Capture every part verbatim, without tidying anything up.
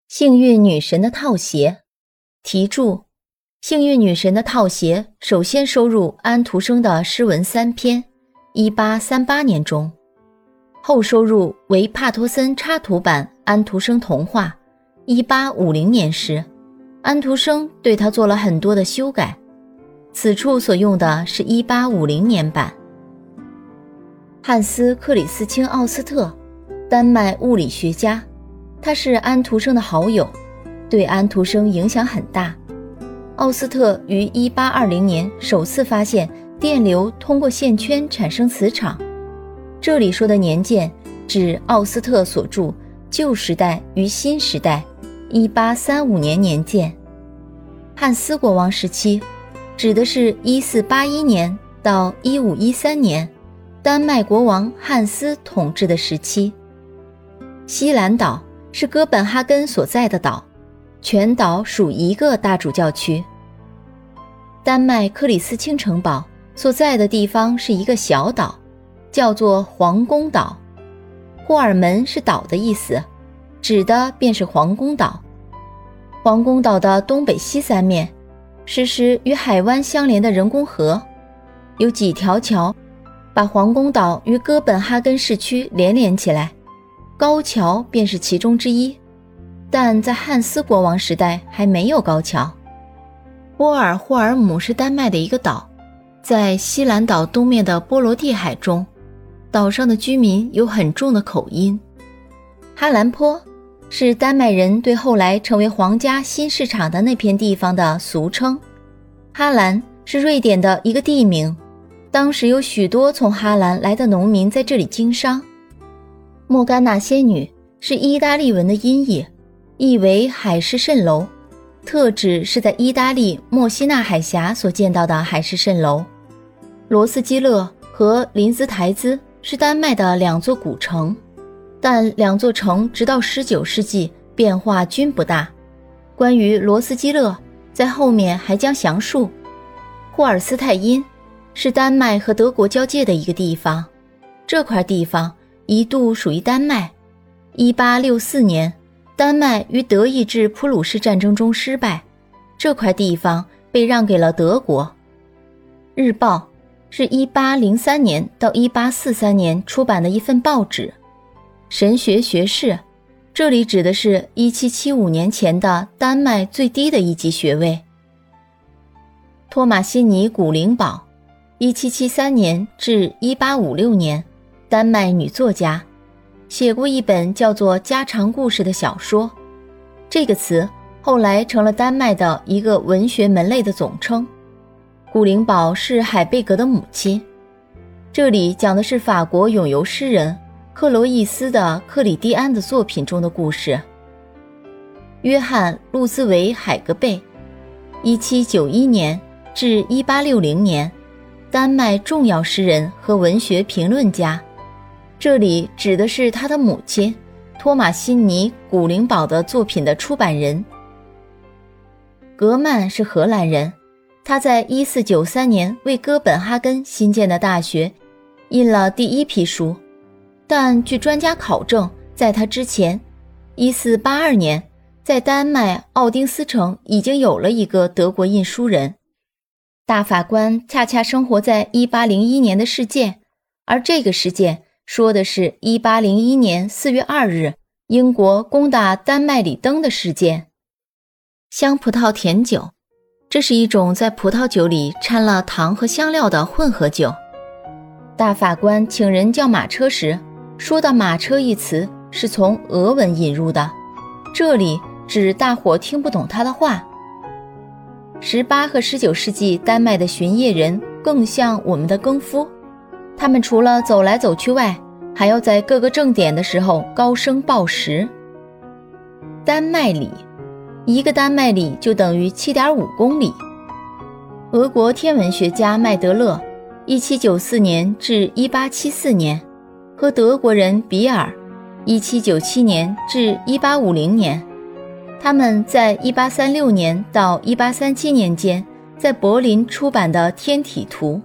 幸运女神的套鞋。题注：幸运女神的套鞋首先收入安徒生的诗文三篇，一八三八年中，后收入为帕托森插图版安徒生童话，一八五零年时，安徒生对它做了很多的修改。此处所用的是一八五零年版。汉斯·克里斯钦·奥斯特，丹麦物理学家，他是安徒生的好友，对安徒生影响很大。奥斯特于一八二零年首次发现电流通过线圈产生磁场，这里说的年鉴指奥斯特所著《旧时代与新时代》一八三五年年鉴。汉斯国王时期指的是一四八一年到一五一三年丹麦国王汉斯统治的时期。西兰岛是哥本哈根所在的岛，全岛属一个大主教区。丹麦克里斯钦城堡所在的地方是一个小岛，叫做皇宫岛。霍尔门是岛的意思，指的便是皇宫岛。皇宫岛的东北西三面实施与海湾相连的人工河，有几条桥把皇宫岛与哥本哈根市区连连起来，高桥便是其中之一，但在汉斯国王时代还没有高桥。波尔霍尔姆是丹麦的一个岛，在西兰岛东面的波罗的海中，岛上的居民有很重的口音。哈兰坡是丹麦人对后来成为皇家新市场的那片地方的俗称。哈兰是瑞典的一个地名，当时有许多从哈兰来的农民在这里经商。莫甘娜仙女是意大利文的音译，意为海市蜃楼，特指是在意大利墨西纳海峡所见到的海市蜃楼。罗斯基勒和林斯台兹是丹麦的两座古城，但两座城直到十九世纪变化均不大。关于罗斯基勒，在后面还将详述。霍尔斯泰因是丹麦和德国交界的一个地方，这块地方一度属于丹麦。一八六四年，丹麦于德意志普鲁士战争中失败，这块地方被让给了德国。日报是一八零三年到一八四三年出版的一份报纸。神学学士，这里指的是一七七五年前的丹麦最低的一级学位。托马西尼·古灵堡，一七七三年至一八五六年，丹麦女作家，写过一本叫做《家常故事》的小说。这个词后来成了丹麦的一个文学门类的总称。古灵堡是海贝格的母亲。这里讲的是法国咏游诗人克罗伊斯的克里蒂安的作品中的故事。约翰·路兹维海格贝，一七九一年至一八六零年，丹麦重要诗人和文学评论家。这里指的是他的母亲托马西尼·古灵堡的作品的出版人。格曼是荷兰人，他在一四九三年为哥本哈根新建的大学印了第一批书，但据专家考证，在他之前一四八二年在丹麦奥丁斯城已经有了一个德国印书人。大法官恰恰生活在一八零一年的事件，而这个事件说的是一八零一年四月二日英国攻打丹麦里登的事件。香葡萄甜酒，这是一种在葡萄酒里掺了糖和香料的混合酒。大法官请人叫马车时，说到马车一词是从俄文引入的，这里指大伙听不懂他的话。十八和十九世纪丹麦的巡夜人更像我们的更夫，他们除了走来走去外，还要在各个正点的时候高声报时。丹麦里，一个丹麦里就等于 七点五公里。俄国天文学家麦德勒一七九四年至一八七四年和德国人比尔一七九七年至一八五零年，他们在一八三六年到一八三七年间在柏林出版的天体图。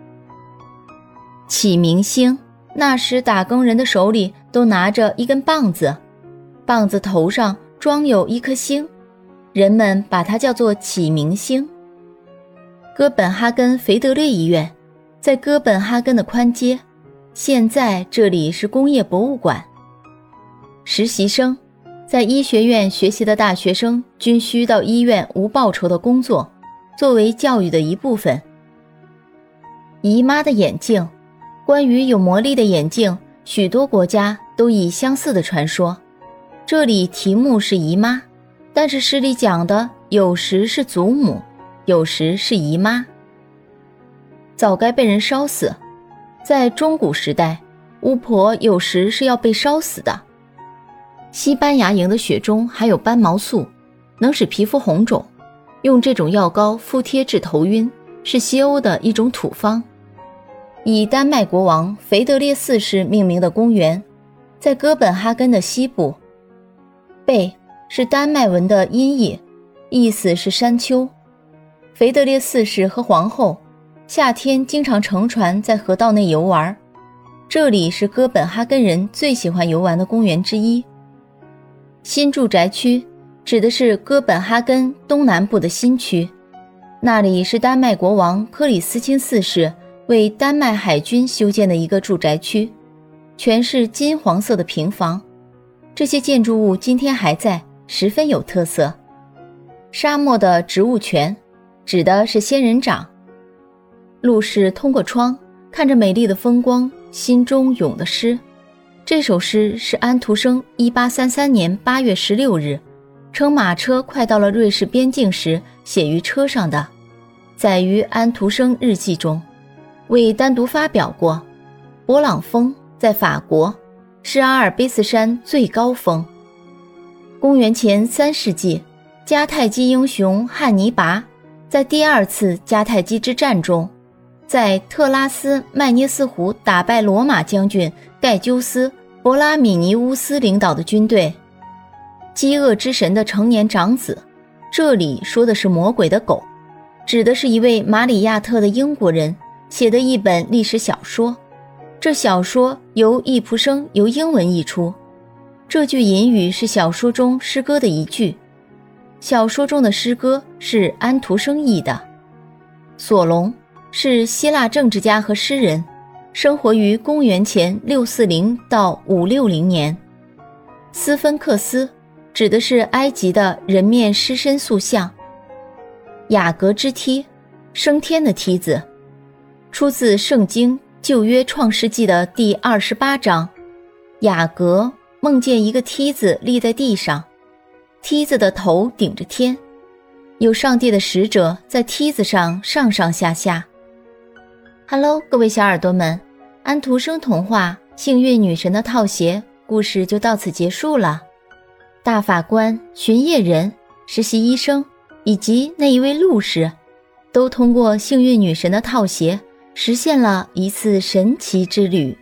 启明星，那时打更人的手里都拿着一根棒子，棒子头上装有一颗星，人们把它叫做启明星。哥本哈根腓德烈医院在哥本哈根的宽街，现在这里是工业博物馆。实习生，在医学院学习的大学生均需到医院无报酬的工作，作为教育的一部分。姨妈的眼镜，关于有魔力的眼镜，许多国家都以相似的传说。这里题目是姨妈，但是诗里讲的有时是祖母，有时是姨妈。早该被人烧死，在中古时代，巫婆有时是要被烧死的。西班牙营的血中含有斑毛素，能使皮肤红肿，用这种药膏敷贴治头晕，是西欧的一种土方。以丹麦国王腓德烈四世命名的公园，在哥本哈根的西部。贝是丹麦文的音译，意思是山丘。腓德烈四世和皇后夏天经常乘船在河道内游玩，这里是哥本哈根人最喜欢游玩的公园之一。新住宅区指的是哥本哈根东南部的新区，那里是丹麦国王克里斯钦四世为丹麦海军修建的一个住宅区，全是金黄色的平房。这些建筑物今天还在，十分有特色。沙漠的植物泉指的是仙人掌。路士通过窗看着美丽的风光，心中咏的诗。这首诗是安徒生一八三三年八月十六日乘马车快到了瑞士边境时写于车上的，载于安徒生日记中，未单独发表过。勃朗峰在法国，是阿尔卑斯山最高峰。公元前三世纪，迦太基英雄汉尼拔在第二次迦太基之战中，在特拉斯麦涅斯湖打败罗马将军盖鸠斯·博拉米尼乌斯领导的军队。饥饿之神的成年长子，这里说的是魔鬼的狗，指的是一位马里亚特的英国人写的一本历史小说。这小说由易卜生由英文译出，这句引语是小说中诗歌的一句。小说中的诗歌是安徒生译的。索隆是希腊政治家和诗人，生活于公元前六四零到五六零年。斯芬克斯指的是埃及的人面狮身塑像。雅各之梯，升天的梯子，出自圣经旧约创世纪的第二十八章。雅各梦见一个梯子立在地上，梯子的头顶着天，有上帝的使者在梯子上上上下下。Hello， 各位小耳朵们，安徒生童话《幸运女神的套鞋》故事就到此结束了。大法官、巡夜人、实习医生以及那一位路士，都通过幸运女神的套鞋实现了一次神奇之旅。